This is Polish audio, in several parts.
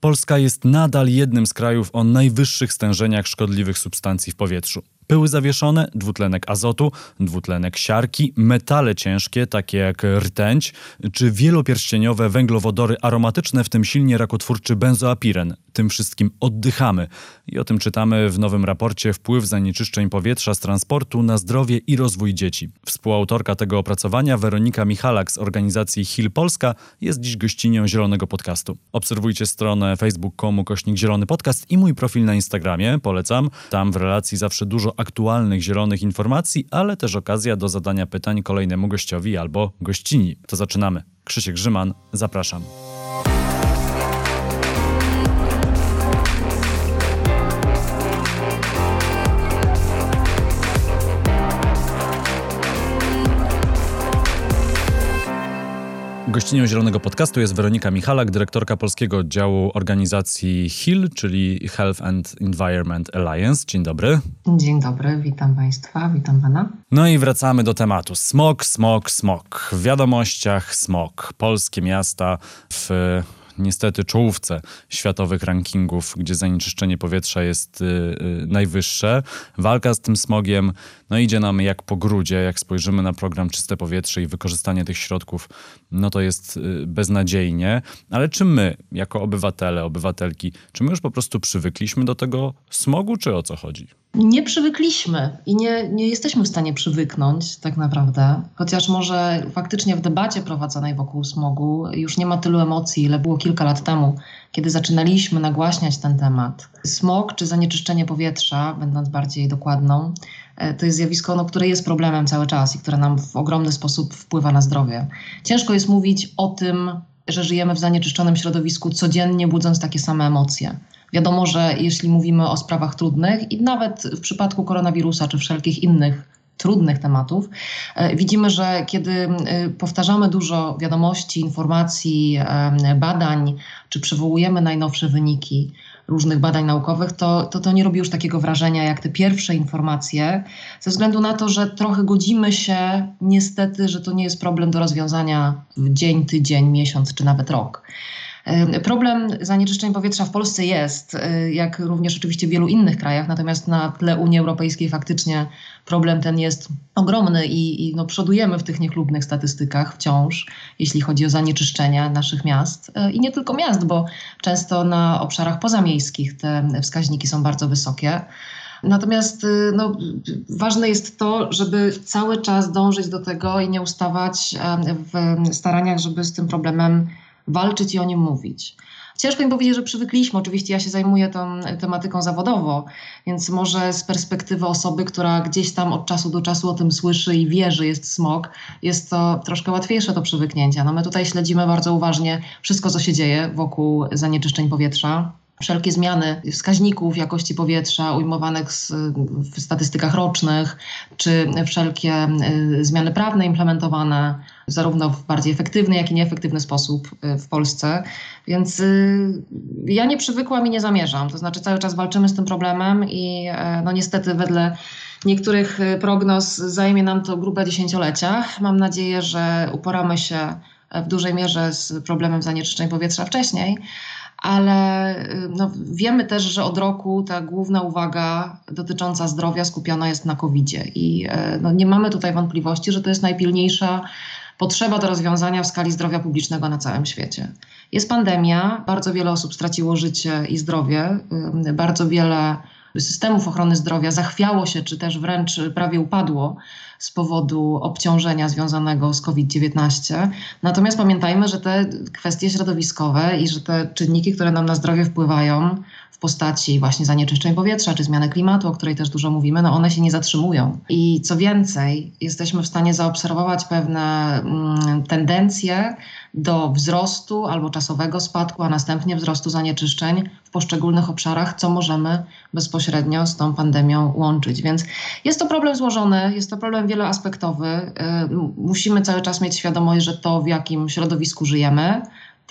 Polska jest nadal jednym z krajów o najwyższych stężeniach szkodliwych substancji w powietrzu. Pyły zawieszone, dwutlenek azotu, dwutlenek siarki, metale ciężkie takie jak rtęć, czy wielopierścieniowe węglowodory aromatyczne, w tym silnie rakotwórczy benzoapiren. Tym wszystkim oddychamy. I o tym czytamy w nowym raporcie Wpływ zanieczyszczeń powietrza z transportu na zdrowie i rozwój dzieci. Współautorka tego opracowania, Weronika Michalak z organizacji HIL Polska, jest dziś gościnią Zielonego Podcastu. Obserwujcie stronę facebook.com/Zielony Podcast i mój profil na Instagramie, polecam. Tam w relacji zawsze dużo aktualnych zielonych informacji, ale też okazja do zadania pytań kolejnemu gościowi albo gościni. To zaczynamy. Krzysiek Grzyman, zapraszam. Gościnią Zielonego Podcastu jest Weronika Michalak, dyrektorka polskiego oddziału organizacji HIL, czyli Health and Environment Alliance. Dzień dobry. Dzień dobry, witam Państwa, witam Pana. No i wracamy do tematu. Smog. W wiadomościach smog. Polskie miasta w niestety czołówce światowych rankingów, gdzie zanieczyszczenie powietrza jest najwyższe. Walka z tym smogiem idzie nam jak po grudzie. Jak spojrzymy na program Czyste Powietrze i wykorzystanie tych środków, to jest beznadziejnie. Ale czy my, jako obywatele, obywatelki, czy my już po prostu przywykliśmy do tego smogu, czy o co chodzi? Nie przywykliśmy i nie jesteśmy w stanie przywyknąć tak naprawdę. Chociaż może faktycznie w debacie prowadzonej wokół smogu już nie ma tylu emocji, ile było kilka lat temu, kiedy zaczynaliśmy nagłaśniać ten temat. Smog czy zanieczyszczenie powietrza, będąc bardziej dokładną, to jest zjawisko, które jest problemem cały czas i które nam w ogromny sposób wpływa na zdrowie. Ciężko jest mówić o tym, że żyjemy w zanieczyszczonym środowisku codziennie, budząc takie same emocje. Wiadomo, że jeśli mówimy o sprawach trudnych i nawet w przypadku koronawirusa czy wszelkich innych trudnych tematów, widzimy, że kiedy powtarzamy dużo wiadomości, informacji, badań, czy przywołujemy najnowsze wyniki różnych badań naukowych, to nie robi już takiego wrażenia jak te pierwsze informacje, ze względu na to, że trochę godzimy się niestety, że to nie jest problem do rozwiązania w dzień, tydzień, miesiąc czy nawet rok. Problem zanieczyszczeń powietrza w Polsce jest, jak również oczywiście w wielu innych krajach, natomiast na tle Unii Europejskiej faktycznie problem ten jest ogromny i przodujemy w tych niechlubnych statystykach wciąż, jeśli chodzi o zanieczyszczenia naszych miast. I nie tylko miast, bo często na obszarach pozamiejskich te wskaźniki są bardzo wysokie. Natomiast ważne jest to, żeby cały czas dążyć do tego i nie ustawać w staraniach, żeby z tym problemem walczyć i o nim mówić. Ciężko mi powiedzieć, że przywykliśmy. Oczywiście ja się zajmuję tą tematyką zawodowo, więc może z perspektywy osoby, która gdzieś tam od czasu do czasu o tym słyszy i wie, że jest smog, jest to troszkę łatwiejsze do przywyknięcia. My tutaj śledzimy bardzo uważnie wszystko, co się dzieje wokół zanieczyszczeń powietrza. Wszelkie zmiany wskaźników jakości powietrza ujmowanych w statystykach rocznych, czy wszelkie zmiany prawne implementowane zarówno w bardziej efektywny, jak i nieefektywny sposób w Polsce. Więc ja nie przywykłam i nie zamierzam. To znaczy cały czas walczymy z tym problemem i niestety wedle niektórych prognoz zajmie nam to grube dziesięciolecia. Mam nadzieję, że uporamy się w dużej mierze z problemem zanieczyszczeń powietrza wcześniej. Ale wiemy też, że od roku ta główna uwaga dotycząca zdrowia skupiona jest na COVID-zie i nie mamy tutaj wątpliwości, że to jest najpilniejsza potrzeba do rozwiązania w skali zdrowia publicznego na całym świecie. Jest pandemia, bardzo wiele osób straciło życie i zdrowie, bardzo wiele systemów ochrony zdrowia zachwiało się, czy też wręcz prawie upadło z powodu obciążenia związanego z COVID-19. Natomiast pamiętajmy, że te kwestie środowiskowe i że te czynniki, które nam na zdrowie wpływają w postaci właśnie zanieczyszczeń powietrza czy zmiany klimatu, o której też dużo mówimy, one się nie zatrzymują. I co więcej, jesteśmy w stanie zaobserwować pewne tendencje do wzrostu albo czasowego spadku, a następnie wzrostu zanieczyszczeń w poszczególnych obszarach, co możemy bezpośrednio z tą pandemią łączyć. Więc jest to problem złożony, jest to problem wieloaspektowy. Musimy cały czas mieć świadomość, że to, w jakim środowisku żyjemy,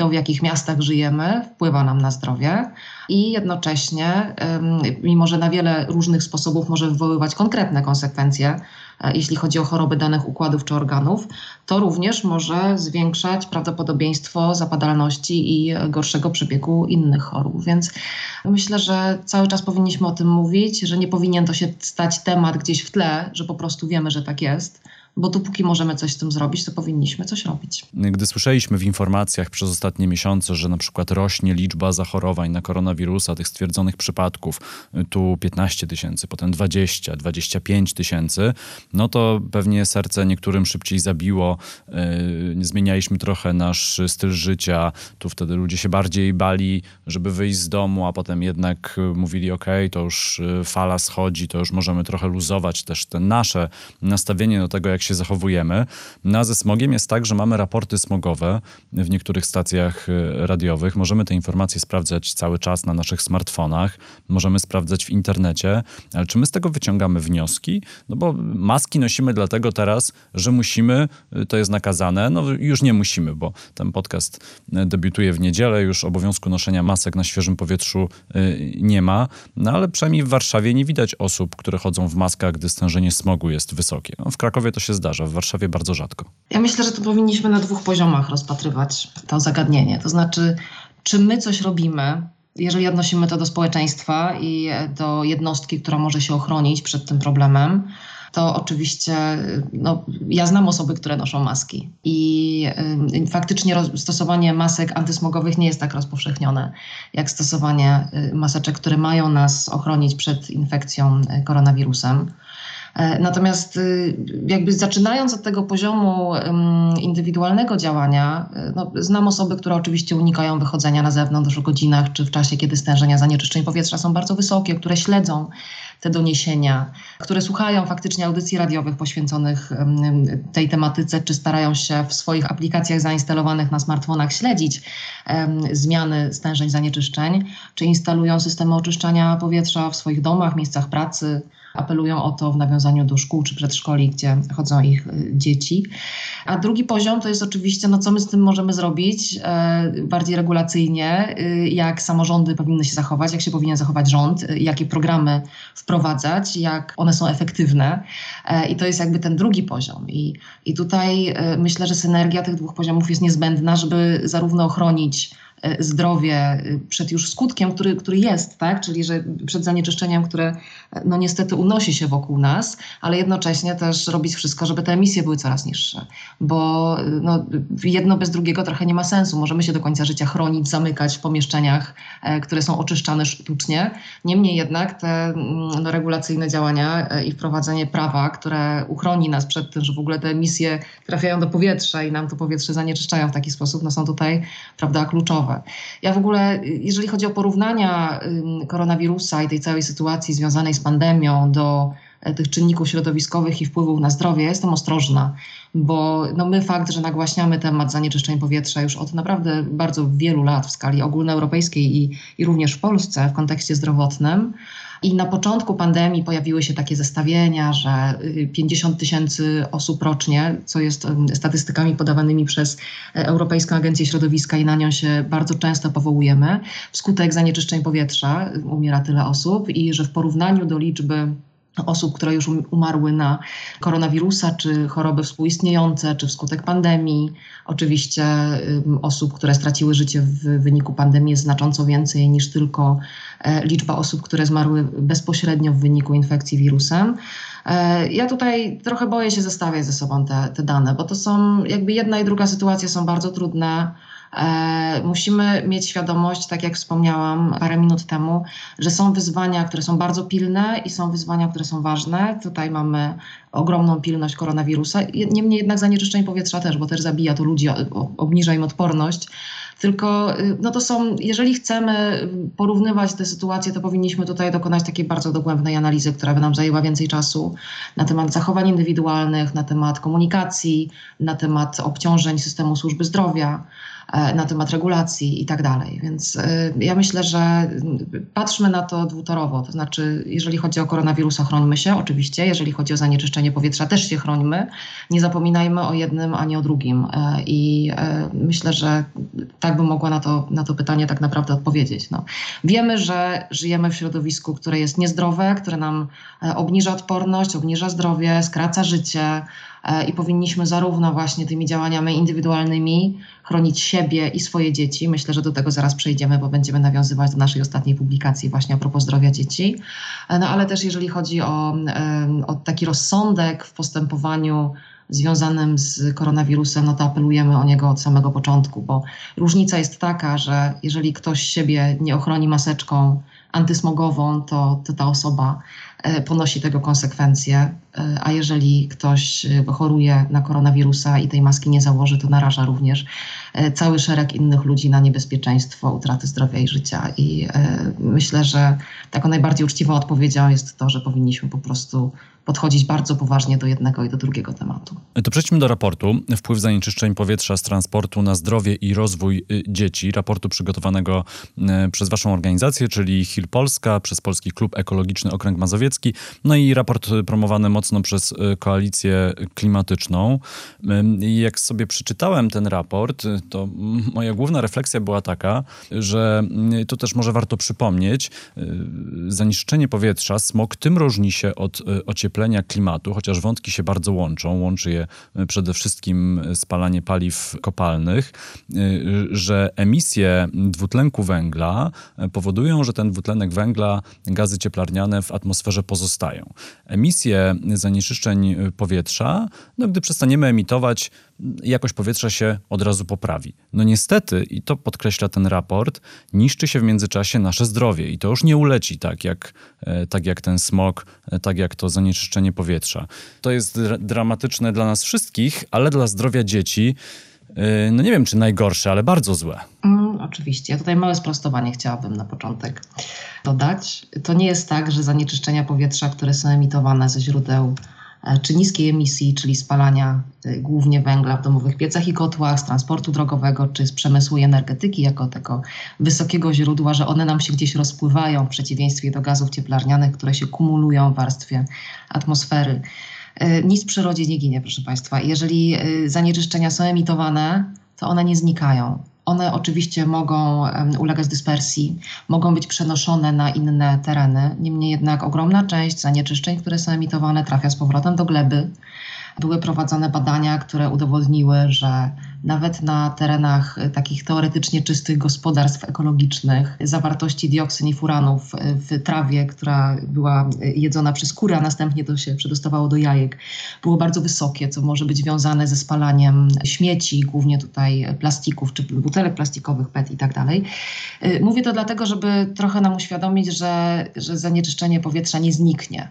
to, w jakich miastach żyjemy, wpływa nam na zdrowie i jednocześnie, mimo że na wiele różnych sposobów może wywoływać konkretne konsekwencje, jeśli chodzi o choroby danych układów czy organów, to również może zwiększać prawdopodobieństwo zapadalności i gorszego przebiegu innych chorób. Więc myślę, że cały czas powinniśmy o tym mówić, że nie powinien to się stać temat gdzieś w tle, że po prostu wiemy, że tak jest. Bo dopóki możemy coś z tym zrobić, to powinniśmy coś robić. Gdy słyszeliśmy w informacjach przez ostatnie miesiące, że na przykład rośnie liczba zachorowań na koronawirusa, tych stwierdzonych przypadków, tu 15 tysięcy, potem 20, 25 tysięcy, no to pewnie serce niektórym szybciej zabiło. Zmienialiśmy trochę nasz styl życia. Tu wtedy ludzie się bardziej bali, żeby wyjść z domu, a potem jednak mówili, to już fala schodzi, to już możemy trochę luzować też te nasze nastawienie do tego, jak się zachowujemy. No a ze smogiem jest tak, że mamy raporty smogowe w niektórych stacjach radiowych. Możemy te informacje sprawdzać cały czas na naszych smartfonach. Możemy sprawdzać w internecie. Ale czy my z tego wyciągamy wnioski? No bo maski nosimy dlatego teraz, że musimy, to jest nakazane. No już nie musimy, bo ten podcast debiutuje w niedzielę. Już obowiązku noszenia masek na świeżym powietrzu nie ma. No ale przynajmniej w Warszawie nie widać osób, które chodzą w maskach, gdy stężenie smogu jest wysokie. No, w Krakowie to się zdarza, w Warszawie bardzo rzadko. Ja myślę, że to powinniśmy na 2 poziomach rozpatrywać to zagadnienie. To znaczy, czy my coś robimy, jeżeli odnosimy to do społeczeństwa i do jednostki, która może się ochronić przed tym problemem, to oczywiście ja znam osoby, które noszą maski i faktycznie stosowanie masek antysmogowych nie jest tak rozpowszechnione jak stosowanie maseczek, które mają nas ochronić przed infekcją koronawirusem. Natomiast jakby zaczynając od tego poziomu indywidualnego działania, znam osoby, które oczywiście unikają wychodzenia na zewnątrz w godzinach czy w czasie, kiedy stężenia zanieczyszczeń powietrza są bardzo wysokie, które śledzą te doniesienia, które słuchają faktycznie audycji radiowych poświęconych tej tematyce, czy starają się w swoich aplikacjach zainstalowanych na smartfonach śledzić zmiany stężeń zanieczyszczeń, czy instalują systemy oczyszczania powietrza w swoich domach, miejscach pracy, apelują o to w nawiązaniu do szkół czy przedszkoli, gdzie chodzą ich dzieci. A drugi poziom to jest oczywiście, co my z tym możemy zrobić bardziej regulacyjnie, jak samorządy powinny się zachować, jak się powinien zachować rząd, jakie programy wprowadzać, jak one są efektywne. I to jest jakby ten drugi poziom. I tutaj myślę, że synergia tych 2 poziomów jest niezbędna, żeby zarówno ochronić zdrowie przed już skutkiem, który jest, tak? Czyli że przed zanieczyszczeniem, które niestety unosi się wokół nas, ale jednocześnie też robić wszystko, żeby te emisje były coraz niższe. Bo jedno bez drugiego trochę nie ma sensu. Możemy się do końca życia chronić, zamykać w pomieszczeniach, które są oczyszczane sztucznie. Niemniej jednak te regulacyjne działania i wprowadzenie prawa, które uchroni nas przed tym, że w ogóle te emisje trafiają do powietrza i nam to powietrze zanieczyszczają w taki sposób, są tutaj, prawda, kluczowe. Ja w ogóle, jeżeli chodzi o porównania koronawirusa i tej całej sytuacji związanej z pandemią do tych czynników środowiskowych i wpływów na zdrowie, jestem ostrożna, bo my fakt, że nagłaśniamy temat zanieczyszczeń powietrza już od naprawdę bardzo wielu lat w skali ogólnoeuropejskiej i również w Polsce w kontekście zdrowotnym. I na początku pandemii pojawiły się takie zestawienia, że 50 tysięcy osób rocznie, co jest statystykami podawanymi przez Europejską Agencję Środowiska i na nią się bardzo często powołujemy, wskutek zanieczyszczeń powietrza umiera tyle osób i że w porównaniu do liczby osób, które już umarły na koronawirusa, czy choroby współistniejące, czy wskutek pandemii. Oczywiście osób, które straciły życie w wyniku pandemii jest znacząco więcej niż tylko liczba osób, które zmarły bezpośrednio w wyniku infekcji wirusem. Ja tutaj trochę boję się zestawiać ze sobą te dane, bo to są jakby jedna i druga sytuacja są bardzo trudne. Musimy mieć świadomość, tak jak wspomniałam parę minut temu, że są wyzwania, które są bardzo pilne i są wyzwania, które są ważne. Tutaj mamy ogromną pilność koronawirusa. Niemniej jednak zanieczyszczeń powietrza też, bo też zabija to ludzi, obniża im odporność. Tylko to są, jeżeli chcemy porównywać te sytuacje, to powinniśmy tutaj dokonać takiej bardzo dogłębnej analizy, która by nam zajęła więcej czasu na temat zachowań indywidualnych, na temat komunikacji, na temat obciążeń systemu służby zdrowia. na temat regulacji i tak dalej. Więc ja myślę, że patrzmy na to dwutorowo. To znaczy, jeżeli chodzi o koronawirusa, chrońmy się oczywiście. Jeżeli chodzi o zanieczyszczenie powietrza, też się chrońmy. Nie zapominajmy o jednym ani o drugim. I myślę, że tak bym mogła na to pytanie tak naprawdę odpowiedzieć. No. Wiemy, że żyjemy w środowisku, które jest niezdrowe, które nam obniża odporność, obniża zdrowie, skraca życie i powinniśmy zarówno właśnie tymi działaniami indywidualnymi chronić siebie i swoje dzieci. Myślę, że do tego zaraz przejdziemy, bo będziemy nawiązywać do naszej ostatniej publikacji właśnie a propos zdrowia dzieci. No ale też jeżeli chodzi o taki rozsądek w postępowaniu związanym z koronawirusem, no to apelujemy o niego od samego początku, bo różnica jest taka, że jeżeli ktoś siebie nie ochroni maseczką antysmogową, to ta osoba ponosi tego konsekwencje, a jeżeli ktoś choruje na koronawirusa i tej maski nie założy, to naraża również cały szereg innych ludzi na niebezpieczeństwo utraty zdrowia i życia. I myślę, że taką najbardziej uczciwą odpowiedzią jest to, że powinniśmy po prostu podchodzić bardzo poważnie do jednego i do drugiego tematu. To przejdźmy do raportu. Wpływ zanieczyszczeń powietrza z transportu na zdrowie i rozwój dzieci. Raportu przygotowanego przez waszą organizację, czyli HIL Polska, przez Polski Klub Ekologiczny Okręg Mazowiecki. No i raport promowany mocno przez Koalicję Klimatyczną. Jak sobie przeczytałem ten raport, to moja główna refleksja była taka, że to też może warto przypomnieć, zanieczyszczenie powietrza, smog, tym różni się od ocieplenia klimatu, chociaż wątki się bardzo łączą. Łączy je przede wszystkim spalanie paliw kopalnych, że emisje dwutlenku węgla powodują, że ten dwutlenek węgla, gazy cieplarniane w atmosferze pozostają. Emisje zanieczyszczeń powietrza, no gdy przestaniemy emitować, jakość powietrza się od razu poprawi. No niestety, i to podkreśla ten raport, niszczy się w międzyczasie nasze zdrowie i to już nie uleci tak jak ten smog, tak jak to zanieczyszczenie powietrza. To jest dramatyczne dla nas wszystkich, ale dla zdrowia dzieci, no nie wiem czy najgorsze, ale bardzo złe. Oczywiście. Ja tutaj małe sprostowanie chciałabym na początek dodać. To nie jest tak, że zanieczyszczenia powietrza, które są emitowane ze źródeł czy niskiej emisji, czyli spalania głównie węgla w domowych piecach i kotłach, z transportu drogowego, czy z przemysłu i energetyki jako tego wysokiego źródła, że one nam się gdzieś rozpływają w przeciwieństwie do gazów cieplarnianych, które się kumulują w warstwie atmosfery. Nic w przyrodzie nie ginie, proszę Państwa. Jeżeli zanieczyszczenia są emitowane, to one nie znikają. One oczywiście mogą ulegać dyspersji, mogą być przenoszone na inne tereny. Niemniej jednak ogromna część zanieczyszczeń, które są emitowane, trafia z powrotem do gleby. Były prowadzone badania, które udowodniły, że nawet na terenach takich teoretycznie czystych gospodarstw ekologicznych zawartości dioksyn i furanów w trawie, która była jedzona przez kury, a następnie to się przedostawało do jajek, było bardzo wysokie, co może być wiązane ze spalaniem śmieci, głównie tutaj plastików, czy butelek plastikowych, PET i tak dalej. Mówię to dlatego, żeby trochę nam uświadomić, że zanieczyszczenie powietrza nie zniknie.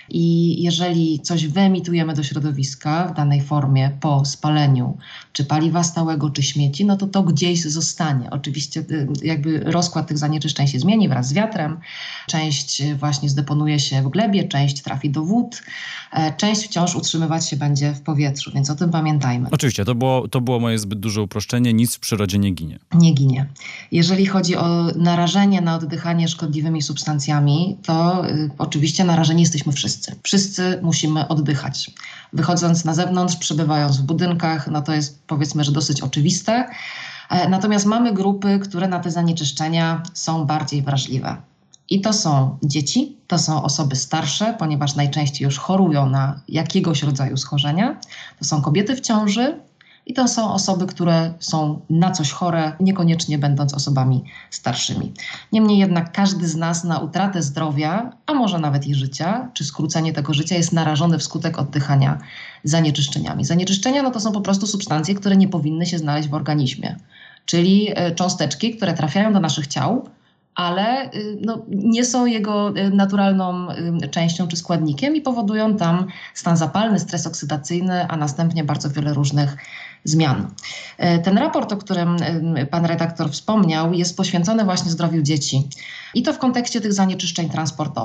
I jeżeli coś wyemitujemy do środowiska w danej formie po spaleniu, czy paliwa stałego, czy śmieci, no to gdzieś zostanie. Oczywiście jakby rozkład tych zanieczyszczeń się zmieni wraz z wiatrem. Część właśnie zdeponuje się w glebie, część trafi do wód, część wciąż utrzymywać się będzie w powietrzu, więc o tym pamiętajmy. Oczywiście, to było moje zbyt duże uproszczenie, nic w przyrodzie nie ginie. Nie ginie. Jeżeli chodzi o narażenie na oddychanie szkodliwymi substancjami, to oczywiście narażeni jesteśmy wszyscy. Wszyscy musimy oddychać. Wychodząc na zewnątrz, przebywając w budynkach, no to jest powiedzmy, że dosyć oczywiste. Natomiast mamy grupy, które na te zanieczyszczenia są bardziej wrażliwe. I to są dzieci, to są osoby starsze, ponieważ najczęściej już chorują na jakiegoś rodzaju schorzenia. To są kobiety w ciąży i to są osoby, które są na coś chore, niekoniecznie będąc osobami starszymi. Niemniej jednak każdy z nas na utratę zdrowia, a może nawet i życia, czy skrócenie tego życia jest narażony wskutek oddychania zanieczyszczeniami. Zanieczyszczenia no to są po prostu substancje, które nie powinny się znaleźć w organizmie, czyli cząsteczki, które trafiają do naszych ciał, ale nie są jego naturalną częścią czy składnikiem i powodują tam stan zapalny, stres oksydacyjny, a następnie bardzo wiele różnych zmian. Ten raport, o którym pan redaktor wspomniał, jest poświęcony właśnie zdrowiu dzieci i to w kontekście tych zanieczyszczeń transportowych.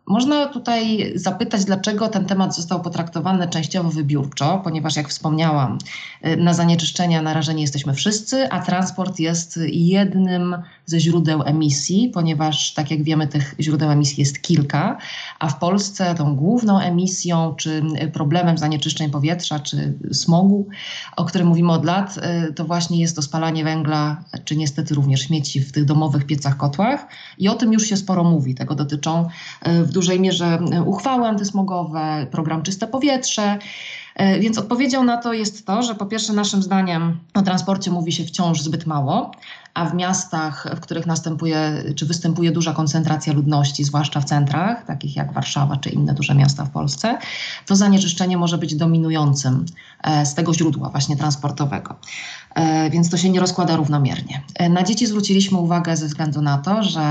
Można tutaj zapytać, dlaczego ten temat został potraktowany częściowo wybiórczo, ponieważ jak wspomniałam, na zanieczyszczenia narażeni jesteśmy wszyscy, a transport jest jednym ze źródeł emisji, ponieważ tak jak wiemy, tych źródeł emisji jest kilka, a w Polsce tą główną emisją, czy problemem zanieczyszczeń powietrza, czy smogu, o którym mówimy od lat, to właśnie jest to spalanie węgla, czy niestety również śmieci w tych domowych piecach, kotłach. I o tym już się sporo mówi. Tego dotyczą w dużej mierze uchwały antysmogowe, program Czyste Powietrze. Więc odpowiedzią na to jest to, że po pierwsze naszym zdaniem o transporcie mówi się wciąż zbyt mało, a w miastach, w których występuje duża koncentracja ludności, zwłaszcza w centrach, takich jak Warszawa czy inne duże miasta w Polsce, to zanieczyszczenie może być dominującym z tego źródła właśnie transportowego. Więc to się nie rozkłada równomiernie. Na dzieci zwróciliśmy uwagę ze względu na to, że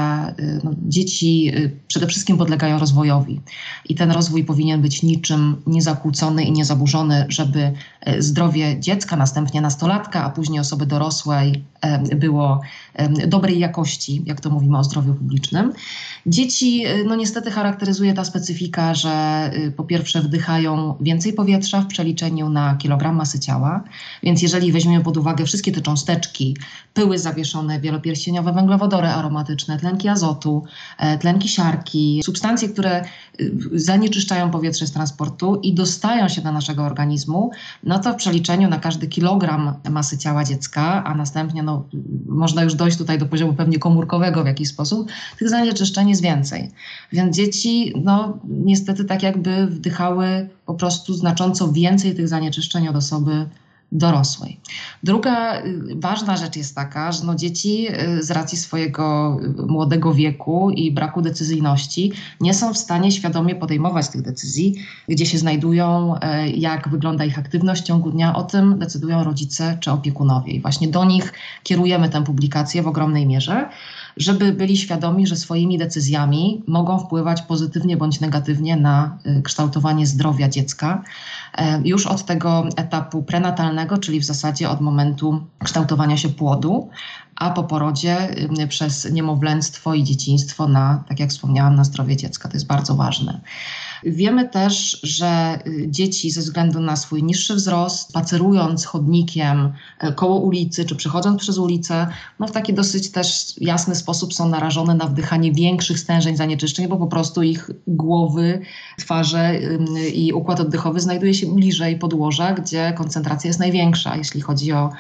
dzieci przede wszystkim podlegają rozwojowi i ten rozwój powinien być niczym niezakłócony i niezaburzony, żeby zdrowie dziecka, następnie nastolatka, a później osoby dorosłej było dobrej jakości, jak to mówimy o zdrowiu publicznym. Dzieci niestety charakteryzuje ta specyfika, że po pierwsze wdychają więcej powietrza w przeliczeniu na kilogram masy ciała, więc jeżeli weźmiemy pod uwagę wszystkie te cząsteczki, pyły zawieszone, wielopierścieniowe węglowodory aromatyczne, tlenki azotu, tlenki siarki, substancje, które zanieczyszczają powietrze z transportu i dostają się do naszego organizmu, no to w przeliczeniu na każdy kilogram masy ciała dziecka, a następnie można już dojść tutaj do poziomu pewnie komórkowego w jakiś sposób, tych zanieczyszczeń jest więcej. Więc dzieci niestety tak jakby wdychały po prostu znacząco więcej tych zanieczyszczeń od osoby dorosłej. Druga ważna rzecz jest taka, że dzieci z racji swojego młodego wieku i braku decyzyjności nie są w stanie świadomie podejmować tych decyzji, gdzie się znajdują, jak wygląda ich aktywność w ciągu dnia. O tym decydują rodzice czy opiekunowie. I właśnie do nich kierujemy tę publikację w ogromnej mierze, żeby byli świadomi, że swoimi decyzjami mogą wpływać pozytywnie bądź negatywnie na kształtowanie zdrowia dziecka już od tego etapu prenatalnego, czyli w zasadzie od momentu kształtowania się płodu, a po porodzie przez niemowlęctwo i dzieciństwo tak jak wspomniałam, na zdrowie dziecka. To jest bardzo ważne. Wiemy też, że dzieci ze względu na swój niższy wzrost, spacerując chodnikiem koło ulicy czy przechodząc przez ulicę, w taki dosyć też jasny sposób są narażone na wdychanie większych stężeń zanieczyszczeń, bo po prostu ich głowy, twarze i układ oddechowy znajduje się bliżej podłoża, gdzie koncentracja jest największa, jeśli chodzi o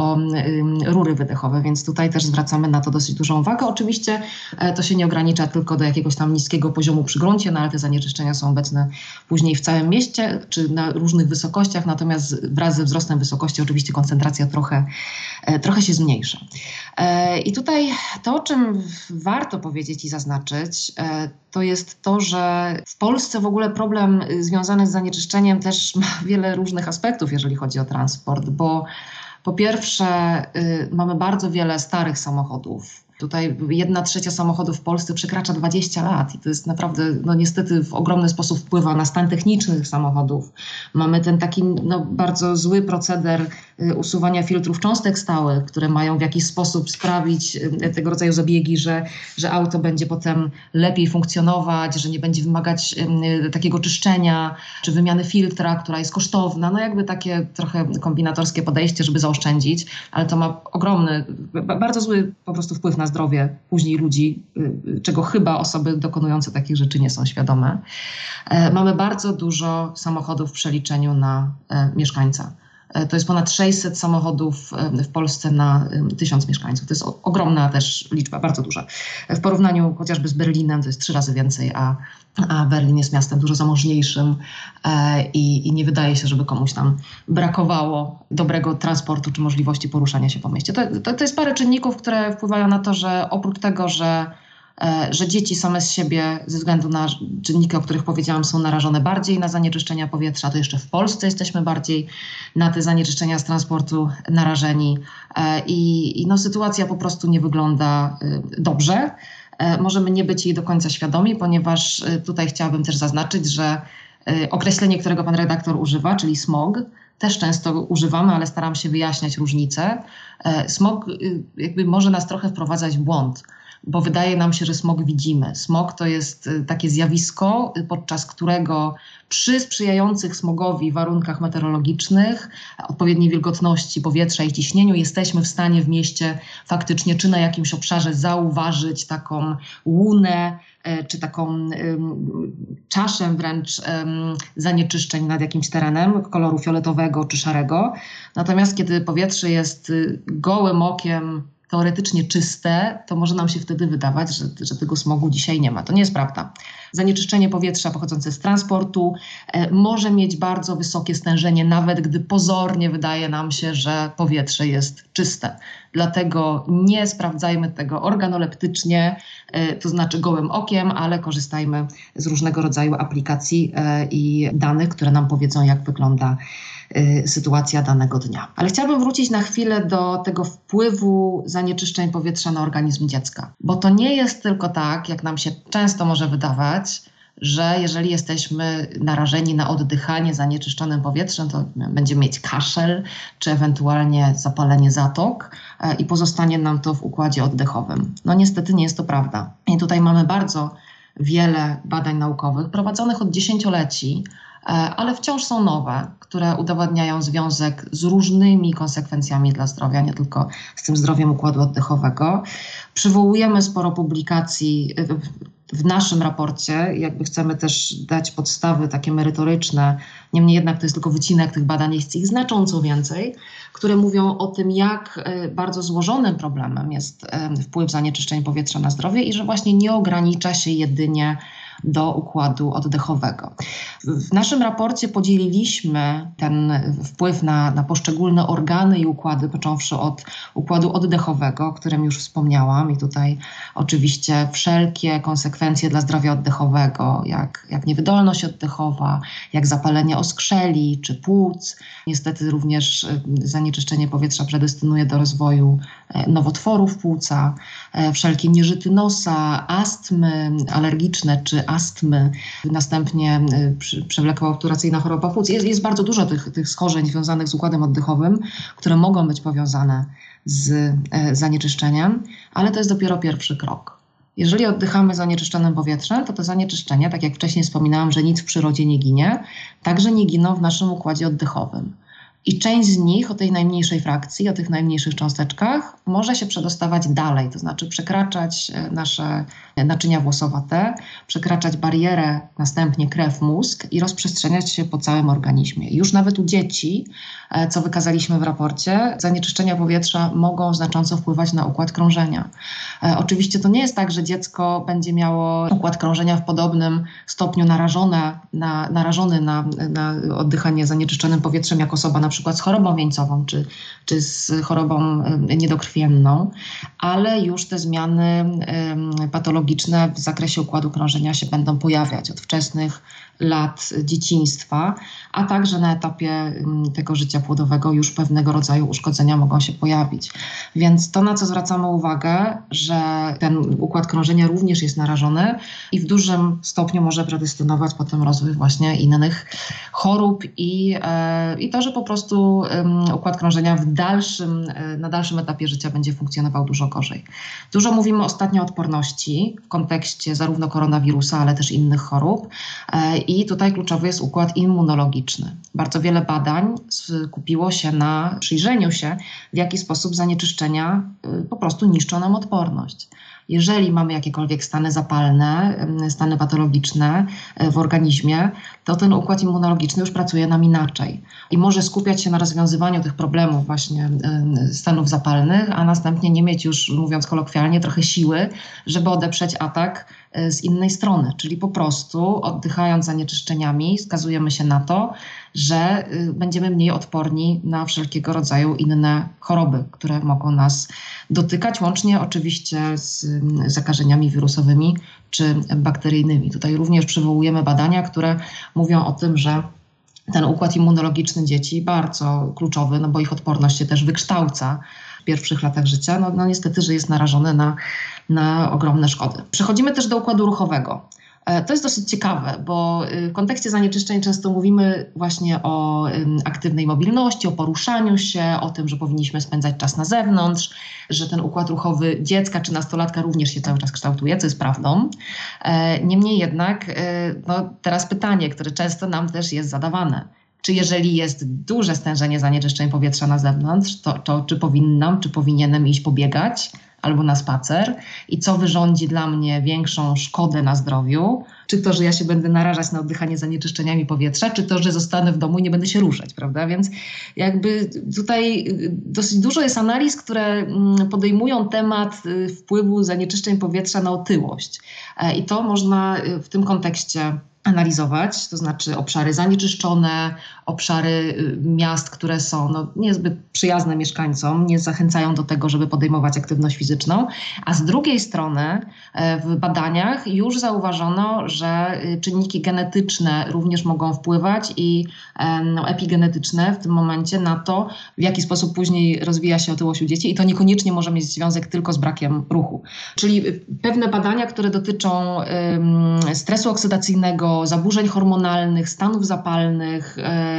rury wydechowe, więc tutaj też zwracamy na to dosyć dużą uwagę. Oczywiście to się nie ogranicza tylko do jakiegoś tam niskiego poziomu przy gruncie, ale te zanieczyszczenia są obecne później w całym mieście czy na różnych wysokościach, natomiast wraz ze wzrostem wysokości oczywiście koncentracja trochę się zmniejsza. I tutaj to, o czym warto powiedzieć i zaznaczyć, to jest to, że w Polsce w ogóle problem związany z zanieczyszczeniem też ma wiele różnych aspektów, jeżeli chodzi o transport, bo po pierwsze mamy bardzo wiele starych samochodów. Tutaj 1/3 samochodów w Polsce przekracza 20 lat i to jest naprawdę, niestety w ogromny sposób wpływa na stan techniczny samochodów. Mamy ten taki bardzo zły proceder usuwania filtrów cząstek stałych, które mają w jakiś sposób sprawić tego rodzaju zabiegi, że auto będzie potem lepiej funkcjonować, że nie będzie wymagać takiego czyszczenia czy wymiany filtra, która jest kosztowna. Jakby takie trochę kombinatorskie podejście, żeby zaoszczędzić, ale to ma ogromny, bardzo zły po prostu wpływ na zdrowie później ludzi, czego chyba osoby dokonujące takich rzeczy nie są świadome. Mamy bardzo dużo samochodów w przeliczeniu na mieszkańca. To jest ponad 600 samochodów w Polsce na 1000 mieszkańców. To jest ogromna też liczba, bardzo duża. W porównaniu chociażby z Berlinem to jest 3 razy więcej, a Berlin jest miastem dużo zamożniejszym i nie wydaje się, żeby komuś tam brakowało dobrego transportu czy możliwości poruszania się po mieście. To jest parę czynników, które wpływają na to, że oprócz tego, że dzieci same z siebie ze względu na czynniki, o których powiedziałam, są narażone bardziej na zanieczyszczenia powietrza, to jeszcze w Polsce jesteśmy bardziej na te zanieczyszczenia z transportu narażeni i sytuacja po prostu nie wygląda dobrze. Możemy nie być jej do końca świadomi, ponieważ tutaj chciałabym też zaznaczyć, że określenie, którego pan redaktor używa, czyli smog, też często używamy, ale staram się wyjaśniać różnice. Smog jakby może nas trochę wprowadzać w błąd, bo wydaje nam się, że smog widzimy. Smog to jest takie zjawisko, podczas którego przy sprzyjających smogowi warunkach meteorologicznych, odpowiedniej wilgotności powietrza i ciśnieniu jesteśmy w stanie w mieście faktycznie czy na jakimś obszarze zauważyć taką łunę, czy taką czaszę wręcz zanieczyszczeń nad jakimś terenem koloru fioletowego czy szarego. Natomiast kiedy powietrze jest gołym okiem teoretycznie czyste, to może nam się wtedy wydawać, że tego smogu dzisiaj nie ma. To nie jest prawda. Zanieczyszczenie powietrza pochodzące z transportu może mieć bardzo wysokie stężenie, nawet gdy pozornie wydaje nam się, że powietrze jest czyste. Dlatego nie sprawdzajmy tego organoleptycznie, to znaczy gołym okiem, ale korzystajmy z różnego rodzaju aplikacji i danych, które nam powiedzą, jak wygląda sytuacja danego dnia. Ale chciałabym wrócić na chwilę do tego wpływu zanieczyszczeń powietrza na organizm dziecka. Bo to nie jest tylko tak, jak nam się często może wydawać, że jeżeli jesteśmy narażeni na oddychanie zanieczyszczonym powietrzem, to będziemy mieć kaszel, czy ewentualnie zapalenie zatok i pozostanie nam to w układzie oddechowym. No niestety nie jest to prawda. I tutaj mamy bardzo wiele badań naukowych prowadzonych od dziesięcioleci, ale wciąż są nowe, które udowadniają związek z różnymi konsekwencjami dla zdrowia, nie tylko z tym zdrowiem układu oddechowego. Przywołujemy sporo publikacji w naszym raporcie, jakby chcemy też dać podstawy takie merytoryczne, niemniej jednak to jest tylko wycinek tych badań, jest ich znacząco więcej, które mówią o tym, jak bardzo złożonym problemem jest wpływ zanieczyszczeń powietrza na zdrowie i że właśnie nie ogranicza się jedynie do układu oddechowego. W naszym raporcie podzieliliśmy ten wpływ na poszczególne organy i układy, począwszy od układu oddechowego, o którym już wspomniałam i tutaj oczywiście wszelkie konsekwencje dla zdrowia oddechowego, jak niewydolność oddechowa, jak zapalenie oskrzeli czy płuc. Niestety również zanieczyszczenie powietrza predestynuje do rozwoju nowotworów płuca, wszelkie nieżyty nosa, astmy alergiczne czy astmy, następnie przewlekła obturacyjna choroba płuc. Jest bardzo dużo tych schorzeń związanych z układem oddechowym, które mogą być powiązane z zanieczyszczeniem, ale to jest dopiero pierwszy krok. Jeżeli oddychamy zanieczyszczonym powietrzem, to zanieczyszczenia, tak jak wcześniej wspominałam, że nic w przyrodzie nie ginie, także nie giną w naszym układzie oddechowym. I część z nich, o tej najmniejszej frakcji, o tych najmniejszych cząsteczkach, może się przedostawać dalej, to znaczy przekraczać nasze naczynia włosowate, przekraczać barierę, następnie krew, mózg i rozprzestrzeniać się po całym organizmie. Już nawet u dzieci, co wykazaliśmy w raporcie, zanieczyszczenia powietrza mogą znacząco wpływać na układ krążenia. Oczywiście to nie jest tak, że dziecko będzie miało układ krążenia w podobnym stopniu narażony na oddychanie zanieczyszczonym powietrzem jak osoba na przykład z chorobą wieńcową czy z chorobą niedokrwienną, ale już te zmiany patologiczne w zakresie układu krążenia się będą pojawiać od wczesnych lat dzieciństwa, a także na etapie tego życia płodowego już pewnego rodzaju uszkodzenia mogą się pojawić. Więc to, na co zwracamy uwagę, że ten układ krążenia również jest narażony i w dużym stopniu może predestynować potem rozwój właśnie innych chorób i to, że po prostu układ krążenia na dalszym etapie życia będzie funkcjonował dużo gorzej. Dużo mówimy ostatnio o odporności w kontekście zarówno koronawirusa, ale też innych chorób. I tutaj kluczowy jest układ immunologiczny. Bardzo wiele badań skupiło się na przyjrzeniu się, w jaki sposób zanieczyszczenia po prostu niszczą nam odporność. Jeżeli mamy jakiekolwiek stany zapalne, stany patologiczne w organizmie, to ten układ immunologiczny już pracuje nam inaczej i może skupiać się na rozwiązywaniu tych problemów właśnie stanów zapalnych, a następnie nie mieć już, mówiąc kolokwialnie, trochę siły, żeby odeprzeć atak z innej strony. Czyli po prostu oddychając zanieczyszczeniami skazujemy się na to, że będziemy mniej odporni na wszelkiego rodzaju inne choroby, które mogą nas dotykać, łącznie oczywiście z zakażeniami wirusowymi czy bakteryjnymi. Tutaj również przywołujemy badania, które mówią o tym, że ten układ immunologiczny dzieci bardzo kluczowy, bo ich odporność się też wykształca w pierwszych latach życia, no niestety, że jest narażony na ogromne szkody. Przechodzimy też do układu ruchowego. To jest dosyć ciekawe, bo w kontekście zanieczyszczeń często mówimy właśnie o aktywnej mobilności, o poruszaniu się, o tym, że powinniśmy spędzać czas na zewnątrz, że ten układ ruchowy dziecka czy nastolatka również się cały czas kształtuje, co jest prawdą. Niemniej jednak teraz pytanie, które często nam też jest zadawane. Czy jeżeli jest duże stężenie zanieczyszczeń powietrza na zewnątrz, to czy powinnam, czy powinienem iść pobiegać albo na spacer i co wyrządzi dla mnie większą szkodę na zdrowiu? Czy to, że ja się będę narażać na oddychanie zanieczyszczeniami powietrza, czy to, że zostanę w domu i nie będę się ruszać, prawda? Więc jakby tutaj dosyć dużo jest analiz, które podejmują temat wpływu zanieczyszczeń powietrza na otyłość. I to można w tym kontekście analizować, to znaczy obszary zanieczyszczone, obszary miast, które są niezbyt przyjazne mieszkańcom, nie zachęcają do tego, żeby podejmować aktywność fizyczną, a z drugiej strony w badaniach już zauważono, że czynniki genetyczne również mogą wpływać i epigenetyczne w tym momencie na to, w jaki sposób później rozwija się otyłość u dzieci i to niekoniecznie może mieć związek tylko z brakiem ruchu. Czyli pewne badania, które dotyczą stresu oksydacyjnego, zaburzeń hormonalnych, stanów zapalnych,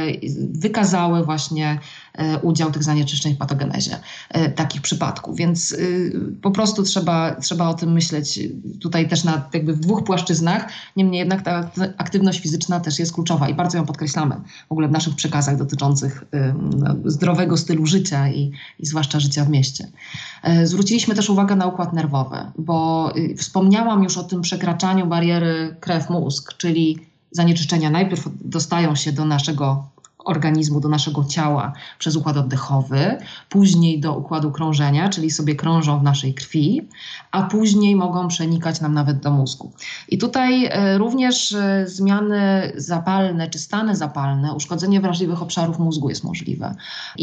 wykazały właśnie udział tych zanieczyszczeń w patogenezie takich przypadków. Więc po prostu trzeba o tym myśleć tutaj też w dwóch płaszczyznach. Niemniej jednak ta aktywność fizyczna też jest kluczowa i bardzo ją podkreślamy w ogóle w naszych przekazach dotyczących zdrowego stylu życia i zwłaszcza życia w mieście. Zwróciliśmy też uwagę na układ nerwowy, bo wspomniałam już o tym przekraczaniu bariery krew-mózg, czyli zanieczyszczenia najpierw dostają się do naszego organizmu, do naszego ciała przez układ oddechowy, później do układu krążenia, czyli sobie krążą w naszej krwi, a później mogą przenikać nam nawet do mózgu. I tutaj również zmiany zapalne czy stany zapalne, uszkodzenie wrażliwych obszarów mózgu jest możliwe.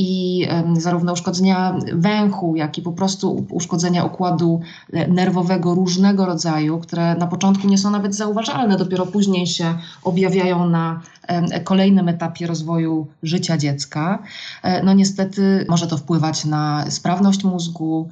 I zarówno uszkodzenia węchu, jak i po prostu uszkodzenia układu nerwowego różnego rodzaju, które na początku nie są nawet zauważalne, dopiero później się objawiają na kolejnym etapie rozwoju życia dziecka. Niestety może to wpływać na sprawność mózgu,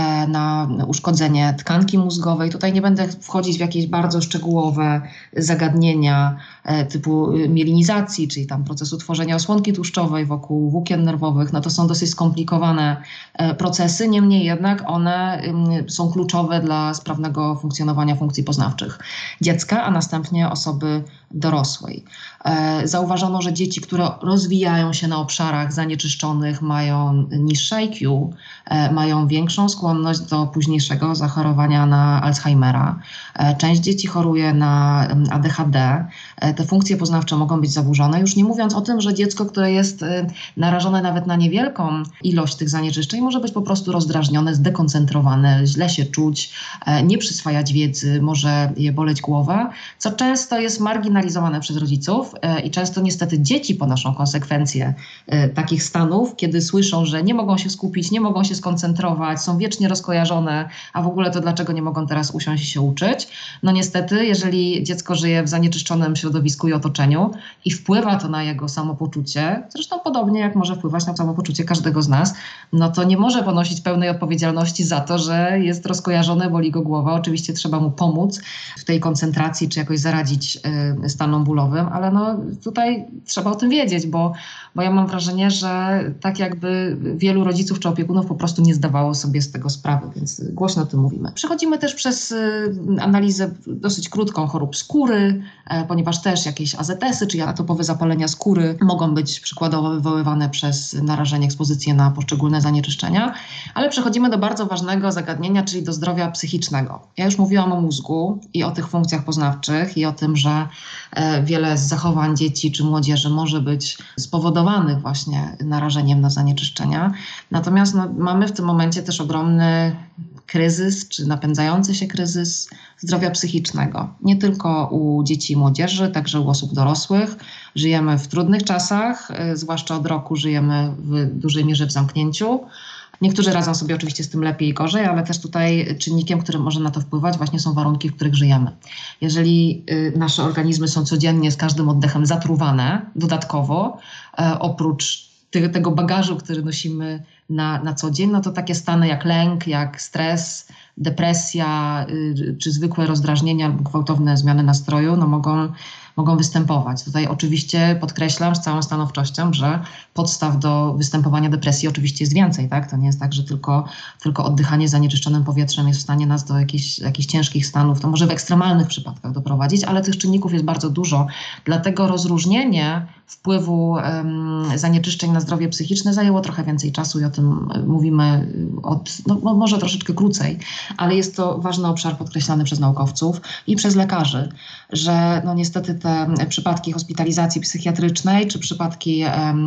na uszkodzenie tkanki mózgowej. Tutaj nie będę wchodzić w jakieś bardzo szczegółowe zagadnienia typu mielinizacji, czyli tam procesu tworzenia osłonki tłuszczowej wokół włókien nerwowych. To są dosyć skomplikowane procesy, niemniej jednak one są kluczowe dla sprawnego funkcjonowania funkcji poznawczych dziecka, a następnie osoby dorosłej. Zauważono, że dzieci, które rozwijają się na obszarach zanieczyszczonych, mają niższe IQ, mają większą skłonność do późniejszego zachorowania na Alzheimera. Część dzieci choruje na ADHD. Te funkcje poznawcze mogą być zaburzone. Już nie mówiąc o tym, że dziecko, które jest narażone nawet na niewielką ilość tych zanieczyszczeń, może być po prostu rozdrażnione, zdekoncentrowane, źle się czuć, nie przyswajać wiedzy, może je boleć głowa, co często jest marginalizowane przez rodziców i często niestety dzieci ponoszą konsekwencje takich stanów, kiedy słyszą, że nie mogą się skupić, nie mogą się skoncentrować, są wiecznie rozkojarzone, a w ogóle to dlaczego nie mogą teraz usiąść i się uczyć? Niestety, jeżeli dziecko żyje w zanieczyszczonym środowisku i otoczeniu i wpływa to na jego samopoczucie, zresztą podobnie jak może wpływać na samopoczucie każdego z nas, to nie może ponosić pełnej odpowiedzialności za to, że jest rozkojarzone, boli go głowa. Oczywiście trzeba mu pomóc w tej koncentracji, czy jakoś zaradzić stanom bólowym, ale tutaj trzeba o tym wiedzieć, bo ja mam wrażenie, że tak jakby wielu rodziców czy opiekunów po prostu nie zdawało sobie z tego sprawy, więc głośno o tym mówimy. Przechodzimy też przez analizę dosyć krótką chorób skóry, ponieważ też jakieś AZS-y, czyli atopowe zapalenia skóry mogą być przykładowo wywoływane przez narażenie, ekspozycję na poszczególne zanieczyszczenia, ale przechodzimy do bardzo ważnego zagadnienia, czyli do zdrowia psychicznego. Ja już mówiłam o mózgu i o tych funkcjach poznawczych i o tym, że wiele z zachowań dzieci czy młodzieży może być spowodowanych właśnie narażeniem na zanieczyszczenia. Natomiast mamy w tym momencie też ogromny kryzys, czy napędzający się kryzys zdrowia psychicznego. Nie tylko u dzieci i młodzieży, także u osób dorosłych. Żyjemy w trudnych czasach, zwłaszcza od roku żyjemy w dużej mierze w zamknięciu. Niektórzy radzą sobie oczywiście z tym lepiej i gorzej, ale też tutaj czynnikiem, który może na to wpływać, właśnie są warunki, w których żyjemy. Jeżeli nasze organizmy są codziennie z każdym oddechem zatruwane dodatkowo, oprócz tego bagażu, który nosimy na co dzień, to takie stany jak lęk, jak stres, depresja czy zwykłe rozdrażnienia albo gwałtowne zmiany nastroju mogą występować. Tutaj oczywiście podkreślam z całą stanowczością, że podstaw do występowania depresji oczywiście jest więcej, tak? To nie jest tak, że tylko oddychanie zanieczyszczonym powietrzem jest w stanie nas do jakichś ciężkich stanów, to może w ekstremalnych przypadkach doprowadzić, ale tych czynników jest bardzo dużo. Dlatego rozróżnienie wpływu zanieczyszczeń na zdrowie psychiczne zajęło trochę więcej czasu i o tym mówimy może troszeczkę krócej, ale jest to ważny obszar podkreślany przez naukowców i przez lekarzy, że niestety te przypadki hospitalizacji psychiatrycznej czy przypadki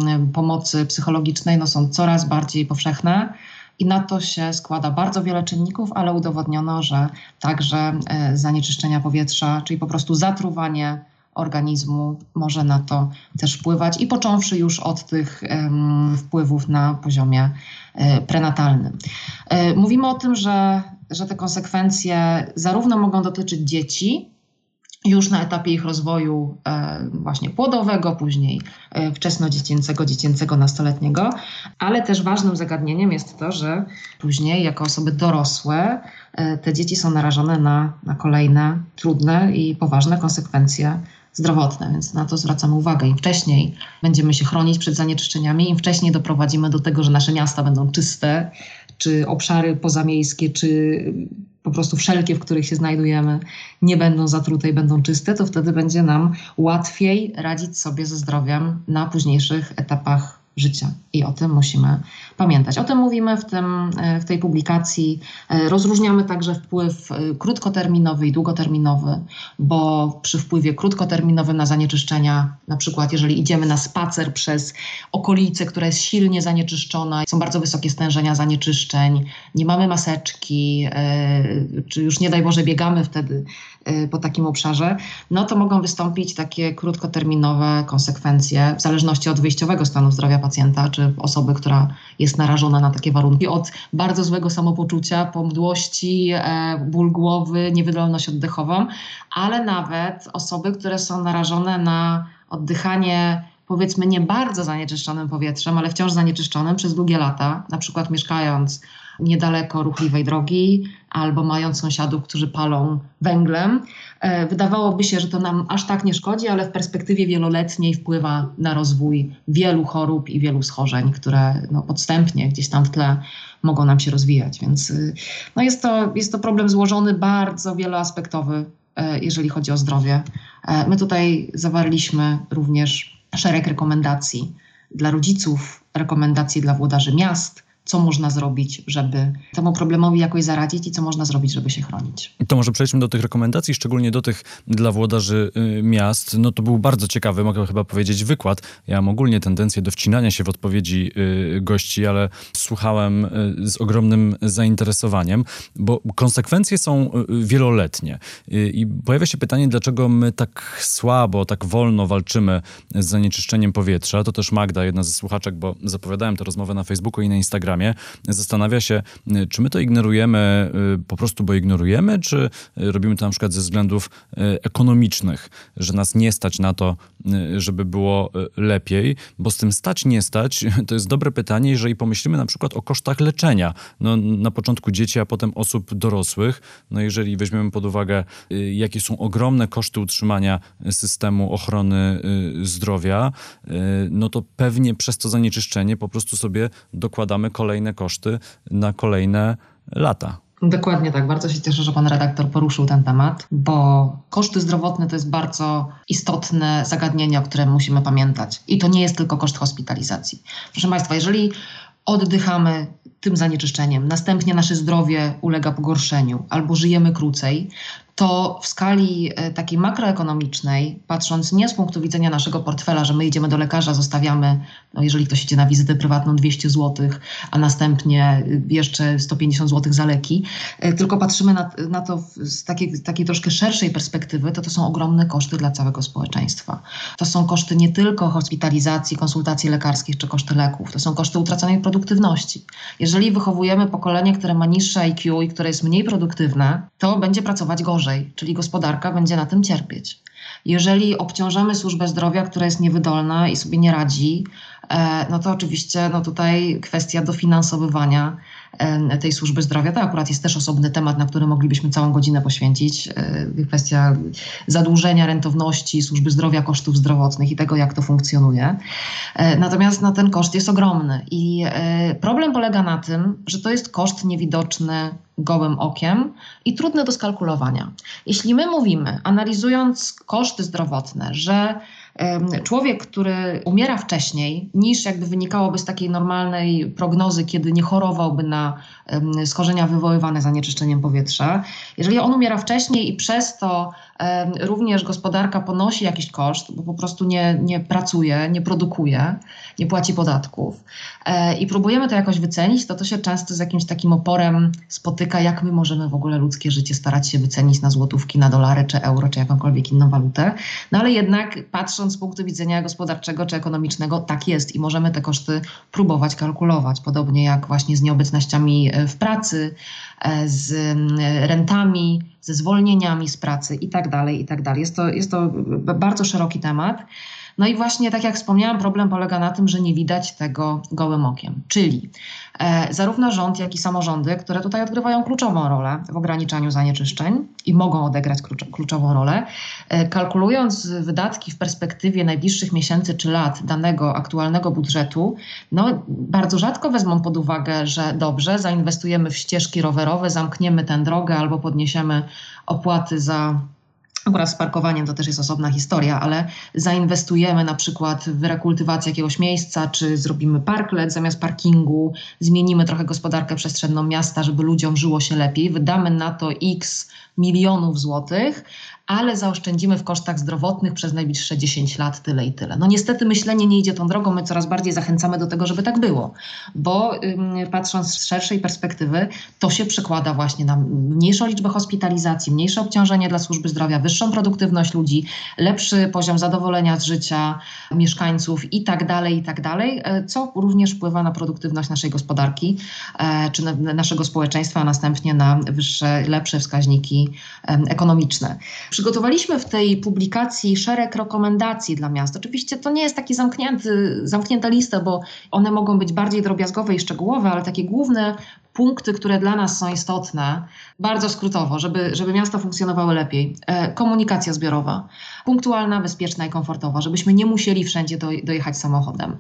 pomocy psychologicznej są coraz bardziej powszechne. I na to się składa bardzo wiele czynników, ale udowodniono, że także zanieczyszczenia powietrza, czyli po prostu zatruwanie organizmu może na to też wpływać i począwszy już od tych wpływów na poziomie prenatalnym. Mówimy o tym, że te konsekwencje zarówno mogą dotyczyć dzieci, już na etapie ich rozwoju właśnie płodowego, później wczesnodziecięcego, nastoletniego, ale też ważnym zagadnieniem jest to, że później jako osoby dorosłe te dzieci są narażone na kolejne trudne i poważne konsekwencje zdrowotne, więc na to zwracamy uwagę. Im wcześniej będziemy się chronić przed zanieczyszczeniami, im wcześniej doprowadzimy do tego, że nasze miasta będą czyste, czy obszary pozamiejskie, czy po prostu wszelkie, w których się znajdujemy, nie będą zatrute i będą czyste, to wtedy będzie nam łatwiej radzić sobie ze zdrowiem na późniejszych etapach życia. I o tym musimy pamiętać. O tym mówimy w tej publikacji. Rozróżniamy także wpływ krótkoterminowy i długoterminowy, bo przy wpływie krótkoterminowym na zanieczyszczenia, na przykład jeżeli idziemy na spacer przez okolicę, która jest silnie zanieczyszczona, są bardzo wysokie stężenia zanieczyszczeń, nie mamy maseczki, czy już nie daj Boże biegamy wtedy po takim obszarze, to mogą wystąpić takie krótkoterminowe konsekwencje w zależności od wyjściowego stanu zdrowia pacjenta, czy osoby, która jest narażona na takie warunki. Od bardzo złego samopoczucia, po mdłości, ból głowy, niewydolność oddechową, ale nawet osoby, które są narażone na oddychanie powiedzmy nie bardzo zanieczyszczonym powietrzem, ale wciąż zanieczyszczonym przez długie lata, na przykład mieszkając niedaleko ruchliwej drogi albo mając sąsiadów, którzy palą węglem. Wydawałoby się, że to nam aż tak nie szkodzi, ale w perspektywie wieloletniej wpływa na rozwój wielu chorób i wielu schorzeń, które podstępnie gdzieś tam w tle mogą nam się rozwijać. Więc jest to problem złożony, bardzo wieloaspektowy, jeżeli chodzi o zdrowie. My tutaj zawarliśmy również szereg rekomendacji dla rodziców, rekomendacji dla włodarzy miast, co można zrobić, żeby temu problemowi jakoś zaradzić i co można zrobić, żeby się chronić. To może przejdźmy do tych rekomendacji, szczególnie do tych dla włodarzy miast. To był bardzo ciekawy, mogę chyba powiedzieć, wykład. Ja mam ogólnie tendencję do wcinania się w odpowiedzi gości, ale słuchałem z ogromnym zainteresowaniem, bo konsekwencje są wieloletnie. I pojawia się pytanie, dlaczego my tak słabo, tak wolno walczymy z zanieczyszczeniem powietrza. To też Magda, jedna ze słuchaczek, bo zapowiadałem tę rozmowę na Facebooku i na Instagramie, zastanawia się, czy my to ignorujemy po prostu, bo ignorujemy, czy robimy to na przykład ze względów ekonomicznych, że nas nie stać na to, żeby było lepiej, bo z tym stać, nie stać, to jest dobre pytanie, jeżeli pomyślimy na przykład o kosztach leczenia. Na początku dzieci, a potem osób dorosłych. Jeżeli weźmiemy pod uwagę, jakie są ogromne koszty utrzymania systemu ochrony zdrowia, to pewnie przez to zanieczyszczenie po prostu sobie dokładamy kolejne koszty na kolejne lata. Dokładnie tak. Bardzo się cieszę, że pan redaktor poruszył ten temat, bo koszty zdrowotne to jest bardzo istotne zagadnienie, o którym musimy pamiętać. I to nie jest tylko koszt hospitalizacji. Proszę państwa, jeżeli oddychamy tym zanieczyszczeniem, następnie nasze zdrowie ulega pogorszeniu albo żyjemy krócej, to w skali takiej makroekonomicznej, patrząc nie z punktu widzenia naszego portfela, że my idziemy do lekarza, zostawiamy, jeżeli ktoś idzie na wizytę prywatną 200 zł, a następnie jeszcze 150 zł za leki, tylko patrzymy na to z takiej troszkę szerszej perspektywy, to są ogromne koszty dla całego społeczeństwa. To są koszty nie tylko hospitalizacji, konsultacji lekarskich czy koszty leków, to są koszty utraconej produktywności. Jeżeli wychowujemy pokolenie, które ma niższe IQ i które jest mniej produktywne, to będzie pracować gorzej, czyli gospodarka będzie na tym cierpieć. Jeżeli obciążamy służbę zdrowia, która jest niewydolna i sobie nie radzi, to oczywiście tutaj kwestia dofinansowywania tej służby zdrowia. To akurat jest też osobny temat, na który moglibyśmy całą godzinę poświęcić. Kwestia zadłużenia, rentowności służby zdrowia, kosztów zdrowotnych i tego, jak to funkcjonuje. Natomiast ten koszt jest ogromny i problem polega na tym, że to jest koszt niewidoczny gołym okiem i trudny do skalkulowania. Jeśli my mówimy, analizując koszty zdrowotne, że człowiek, który umiera wcześniej niż jakby wynikałoby z takiej normalnej prognozy, kiedy nie chorowałby na schorzenia wywoływane zanieczyszczeniem powietrza, jeżeli on umiera wcześniej i przez to również gospodarka ponosi jakiś koszt, bo po prostu nie pracuje, nie produkuje, nie płaci podatków i próbujemy to jakoś wycenić, to się często z jakimś takim oporem spotyka, jak my możemy w ogóle ludzkie życie starać się wycenić na złotówki, na dolary, czy euro, czy jakąkolwiek inną walutę. No ale jednak patrząc z punktu widzenia gospodarczego czy ekonomicznego, tak jest i możemy te koszty próbować kalkulować. Podobnie jak właśnie z nieobecnościami w pracy, z rentami, ze zwolnieniami z pracy i tak dalej, i tak dalej. Jest to bardzo szeroki temat. No i właśnie, tak jak wspomniałam, problem polega na tym, że nie widać tego gołym okiem. Czyli zarówno rząd, jak i samorządy, które tutaj odgrywają kluczową rolę w ograniczaniu zanieczyszczeń i mogą odegrać kluczową rolę, kalkulując wydatki w perspektywie najbliższych miesięcy czy lat danego aktualnego budżetu, bardzo rzadko wezmą pod uwagę, że dobrze, zainwestujemy w ścieżki rowerowe, zamkniemy tę drogę albo podniesiemy opłaty za... Akurat z parkowaniem to też jest osobna historia, ale zainwestujemy na przykład w rekultywację jakiegoś miejsca, czy zrobimy parklet zamiast parkingu, zmienimy trochę gospodarkę przestrzenną miasta, żeby ludziom żyło się lepiej, wydamy na to x milionów złotych, ale zaoszczędzimy w kosztach zdrowotnych przez najbliższe 10 lat tyle i tyle. Niestety myślenie nie idzie tą drogą, my coraz bardziej zachęcamy do tego, żeby tak było, bo patrząc z szerszej perspektywy, to się przekłada właśnie na mniejszą liczbę hospitalizacji, mniejsze obciążenie dla służby zdrowia, wyższą produktywność ludzi, lepszy poziom zadowolenia z życia mieszkańców i tak dalej, co również wpływa na produktywność naszej gospodarki czy naszego społeczeństwa, a następnie na wyższe, lepsze wskaźniki ekonomiczne. Przygotowaliśmy w tej publikacji szereg rekomendacji dla miast. Oczywiście to nie jest taki zamknięta lista, bo one mogą być bardziej drobiazgowe i szczegółowe, ale takie główne punkty, które dla nas są istotne, bardzo skrótowo, żeby miasta funkcjonowały lepiej. Komunikacja zbiorowa, punktualna, bezpieczna i komfortowa, żebyśmy nie musieli wszędzie dojechać samochodem.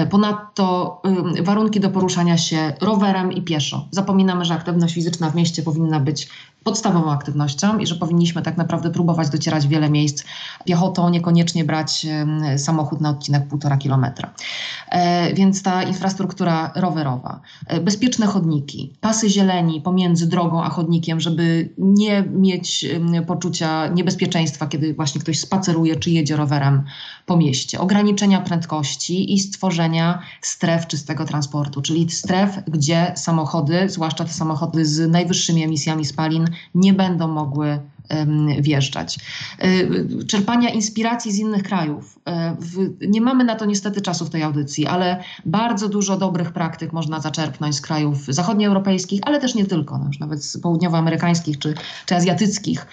Ponadto warunki do poruszania się rowerem i pieszo. Zapominamy, że aktywność fizyczna w mieście powinna być podstawową aktywnością i że powinniśmy tak naprawdę próbować docierać w wiele miejsc piechotą, niekoniecznie brać samochód na odcinek 1,5 kilometra. Więc ta infrastruktura rowerowa, bezpieczne chodniki, pasy zieleni pomiędzy drogą a chodnikiem, żeby nie mieć poczucia niebezpieczeństwa, kiedy właśnie ktoś spaceruje czy jedzie rowerem po mieście. Ograniczenia prędkości i stworzenia stref czystego transportu, czyli stref, gdzie samochody, zwłaszcza te samochody z najwyższymi emisjami spalin, nie będą mogły wjeżdżać. Czerpania inspiracji z innych krajów. Nie mamy na to niestety czasu w tej audycji, ale bardzo dużo dobrych praktyk można zaczerpnąć z krajów zachodnioeuropejskich, ale też nie tylko, już nawet z południowoamerykańskich czy azjatyckich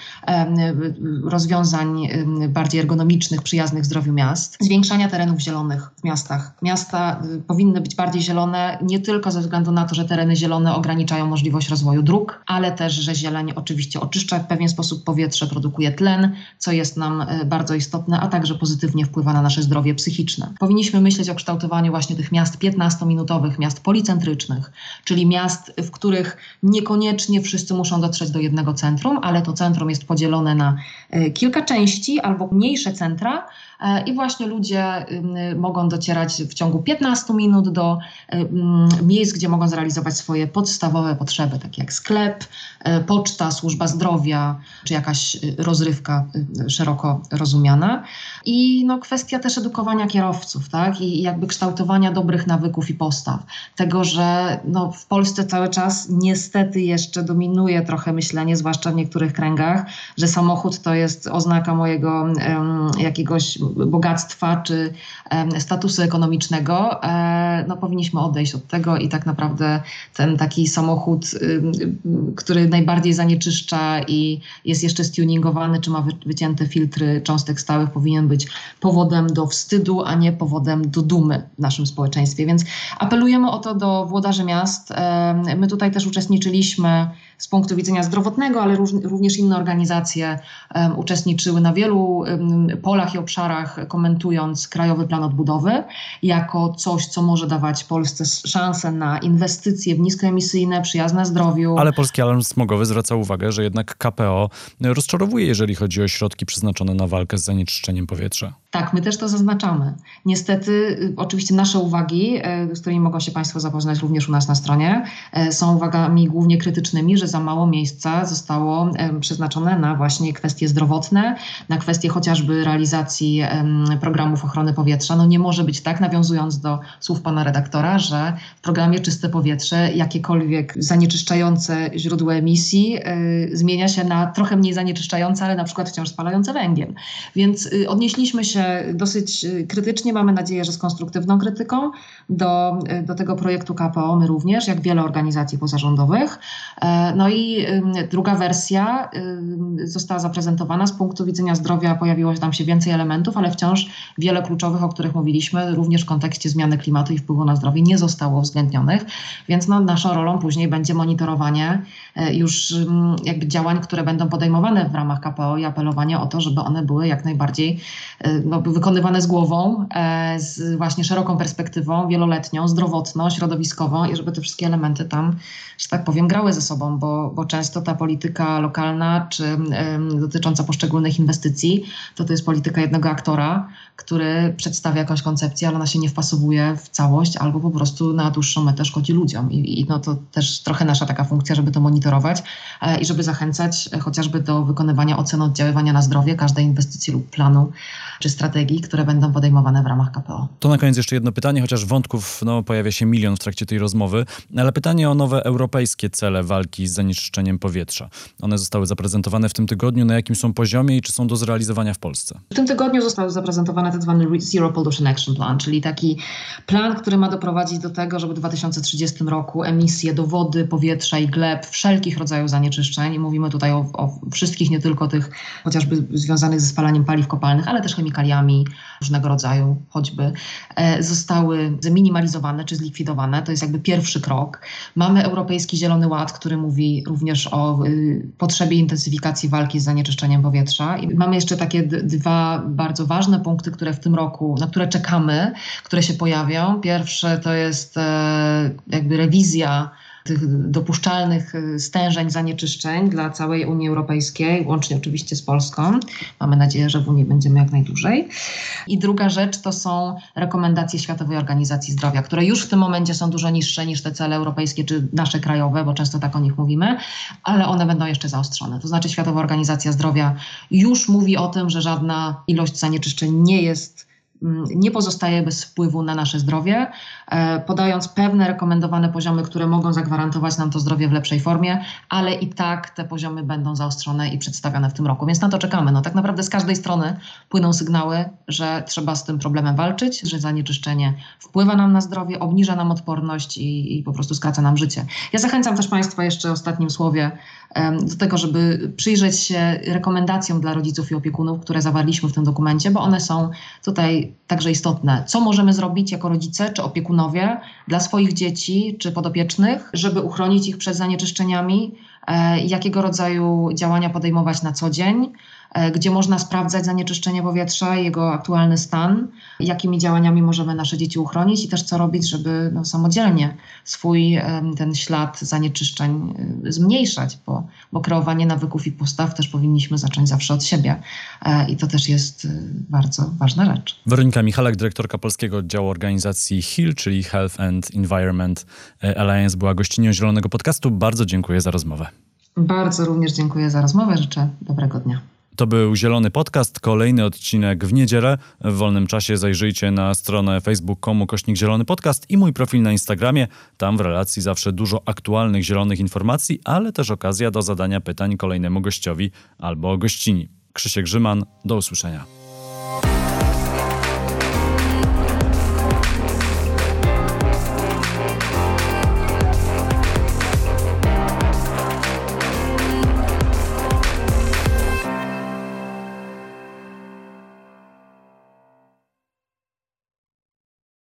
rozwiązań bardziej ergonomicznych, przyjaznych zdrowiu miast. Zwiększania terenów zielonych w miastach. Miasta powinny być bardziej zielone, nie tylko ze względu na to, że tereny zielone ograniczają możliwość rozwoju dróg, ale też, że zieleń oczywiście oczyszcza w pewien sposób powietrze, produkuje tlen, co jest nam bardzo istotne, a także pozytywnie wpływa na nasze zdrowie psychiczne. Powinniśmy myśleć o kształtowaniu właśnie tych miast 15-minutowych, miast policentrycznych, czyli miast, w których niekoniecznie wszyscy muszą dotrzeć do jednego centrum, ale to centrum jest podzielone na kilka części albo mniejsze centra, i właśnie ludzie mogą docierać w ciągu 15 minut do miejsc, gdzie mogą zrealizować swoje podstawowe potrzeby, takie jak sklep, poczta, służba zdrowia, czy jakaś rozrywka szeroko rozumiana. I kwestia też edukowania kierowców, tak? I jakby kształtowania dobrych nawyków i postaw. Tego, że w Polsce cały czas niestety jeszcze dominuje trochę myślenie, zwłaszcza w niektórych kręgach, że samochód to jest oznaka mojego jakiegoś bogactwa czy statusu ekonomicznego. Powinniśmy odejść od tego i tak naprawdę ten taki samochód, który najbardziej zanieczyszcza i jest jeszcze stuningowany, czy ma wycięte filtry cząstek stałych, powinien być powodem do wstydu, a nie powodem do dumy w naszym społeczeństwie. Więc apelujemy o to do włodarzy miast. My tutaj też uczestniczyliśmy z punktu widzenia zdrowotnego, ale również inne organizacje uczestniczyły na wielu polach i obszarach, komentując Krajowy Plan Odbudowy jako coś, co może dawać Polsce szansę na inwestycje w niskoemisyjne, przyjazne zdrowiu. Ale Polski Alarm Smogowy zwraca uwagę, że jednak KPO rozczarowuje, jeżeli chodzi o środki przeznaczone na walkę z zanieczyszczeniem powietrza. Tak, my też to zaznaczamy. Niestety, oczywiście nasze uwagi, z którymi mogą się Państwo zapoznać również u nas na stronie, są uwagami głównie krytycznymi, że za mało miejsca zostało przeznaczone na właśnie kwestie zdrowotne, na kwestie chociażby realizacji programów ochrony powietrza. No nie może być tak, nawiązując do słów pana redaktora, że w programie Czyste Powietrze jakiekolwiek zanieczyszczające źródło emisji zmienia się na trochę mniej zanieczyszczające, ale na przykład wciąż spalające węgiel. Więc odnieśliśmy się dosyć krytycznie, mamy nadzieję, że z konstruktywną krytyką do tego projektu KPO, my również, jak wiele organizacji pozarządowych. No i druga wersja została zaprezentowana. Z punktu widzenia zdrowia pojawiło się tam się więcej elementów, ale wciąż wiele kluczowych, o których mówiliśmy, również w kontekście zmiany klimatu i wpływu na zdrowie, nie zostało uwzględnionych, więc naszą rolą później będzie monitorowanie już jakby działań, które będą podejmowane w ramach KPO i apelowanie o to, żeby one były jak najbardziej wykonywane z głową, z właśnie szeroką perspektywą, wieloletnią, zdrowotną, środowiskową i żeby te wszystkie elementy tam, że tak powiem, grały ze sobą, bo często ta polityka lokalna czy dotycząca poszczególnych inwestycji, to jest polityka jednego aktora, który przedstawia jakąś koncepcję, ale ona się nie wpasowuje w całość albo po prostu na dłuższą metę szkodzi ludziom. I to też trochę nasza taka funkcja, żeby to monitorować i żeby zachęcać chociażby do wykonywania ocen oddziaływania na zdrowie każdej inwestycji lub planu czy strategii, które będą podejmowane w ramach KPO. To na koniec jeszcze jedno pytanie, chociaż wątków pojawia się milion w trakcie tej rozmowy, ale pytanie o nowe europejskie cele walki z zanieczyszczeniem powietrza. One zostały zaprezentowane w tym tygodniu. Na jakim są poziomie i czy są do zrealizowania w Polsce? W tym tygodniu został zaprezentowany tak zwany Zero Pollution Action Plan, czyli taki plan, który ma doprowadzić do tego, żeby w 2030 roku emisje do wody, powietrza i gleb, wszelkich rodzajów zanieczyszczeń, mówimy tutaj o wszystkich, nie tylko tych chociażby związanych ze spalaniem paliw kopalnych, ale też chemikaliami różnego rodzaju choćby, zostały zminimalizowane czy zlikwidowane. To jest jakby pierwszy krok. Mamy Europejski Zielony Ład, który mówi również o potrzebie intensyfikacji walki z zanieczyszczeniem powietrza. I mamy jeszcze takie dwa bardzo ważne punkty, które w tym roku, na które czekamy, które się pojawią. Pierwsze to jest jakby rewizja tych dopuszczalnych stężeń zanieczyszczeń dla całej Unii Europejskiej, łącznie oczywiście z Polską. Mamy nadzieję, że w Unii będziemy jak najdłużej. I druga rzecz to są rekomendacje Światowej Organizacji Zdrowia, które już w tym momencie są dużo niższe niż te cele europejskie czy nasze krajowe, bo często tak o nich mówimy, ale one będą jeszcze zaostrzone. To znaczy Światowa Organizacja Zdrowia już mówi o tym, że żadna ilość zanieczyszczeń nie pozostaje bez wpływu na nasze zdrowie, podając pewne rekomendowane poziomy, które mogą zagwarantować nam to zdrowie w lepszej formie, ale i tak te poziomy będą zaostrzone i przedstawione w tym roku. Więc na to czekamy. No, tak naprawdę z każdej strony płyną sygnały, że trzeba z tym problemem walczyć, że zanieczyszczenie wpływa nam na zdrowie, obniża nam odporność i po prostu skraca nam życie. Ja zachęcam też Państwa jeszcze w ostatnim słowie do tego, żeby przyjrzeć się rekomendacjom dla rodziców i opiekunów, które zawarliśmy w tym dokumencie, bo one są tutaj także istotne. Co możemy zrobić jako rodzice czy opiekunowie dla swoich dzieci czy podopiecznych, żeby uchronić ich przed zanieczyszczeniami, jakiego rodzaju działania podejmować na co dzień, gdzie można sprawdzać zanieczyszczenie powietrza, jego aktualny stan, jakimi działaniami możemy nasze dzieci uchronić i też co robić, żeby samodzielnie swój ten ślad zanieczyszczeń zmniejszać, bo kreowanie nawyków i postaw też powinniśmy zacząć zawsze od siebie i to też jest bardzo ważna rzecz. Weronika Michalek, dyrektorka polskiego oddziału organizacji HEAL, czyli Health and Environment Alliance, była gościnią Zielonego Podcastu. Bardzo dziękuję za rozmowę. Bardzo również dziękuję za rozmowę. Życzę dobrego dnia. To był Zielony Podcast, kolejny odcinek w niedzielę. W wolnym czasie zajrzyjcie na stronę facebook.com/Zielony Podcast i mój profil na Instagramie. Tam w relacji zawsze dużo aktualnych zielonych informacji, ale też okazja do zadania pytań kolejnemu gościowi albo gościni. Krzysiek Grzyman, do usłyszenia.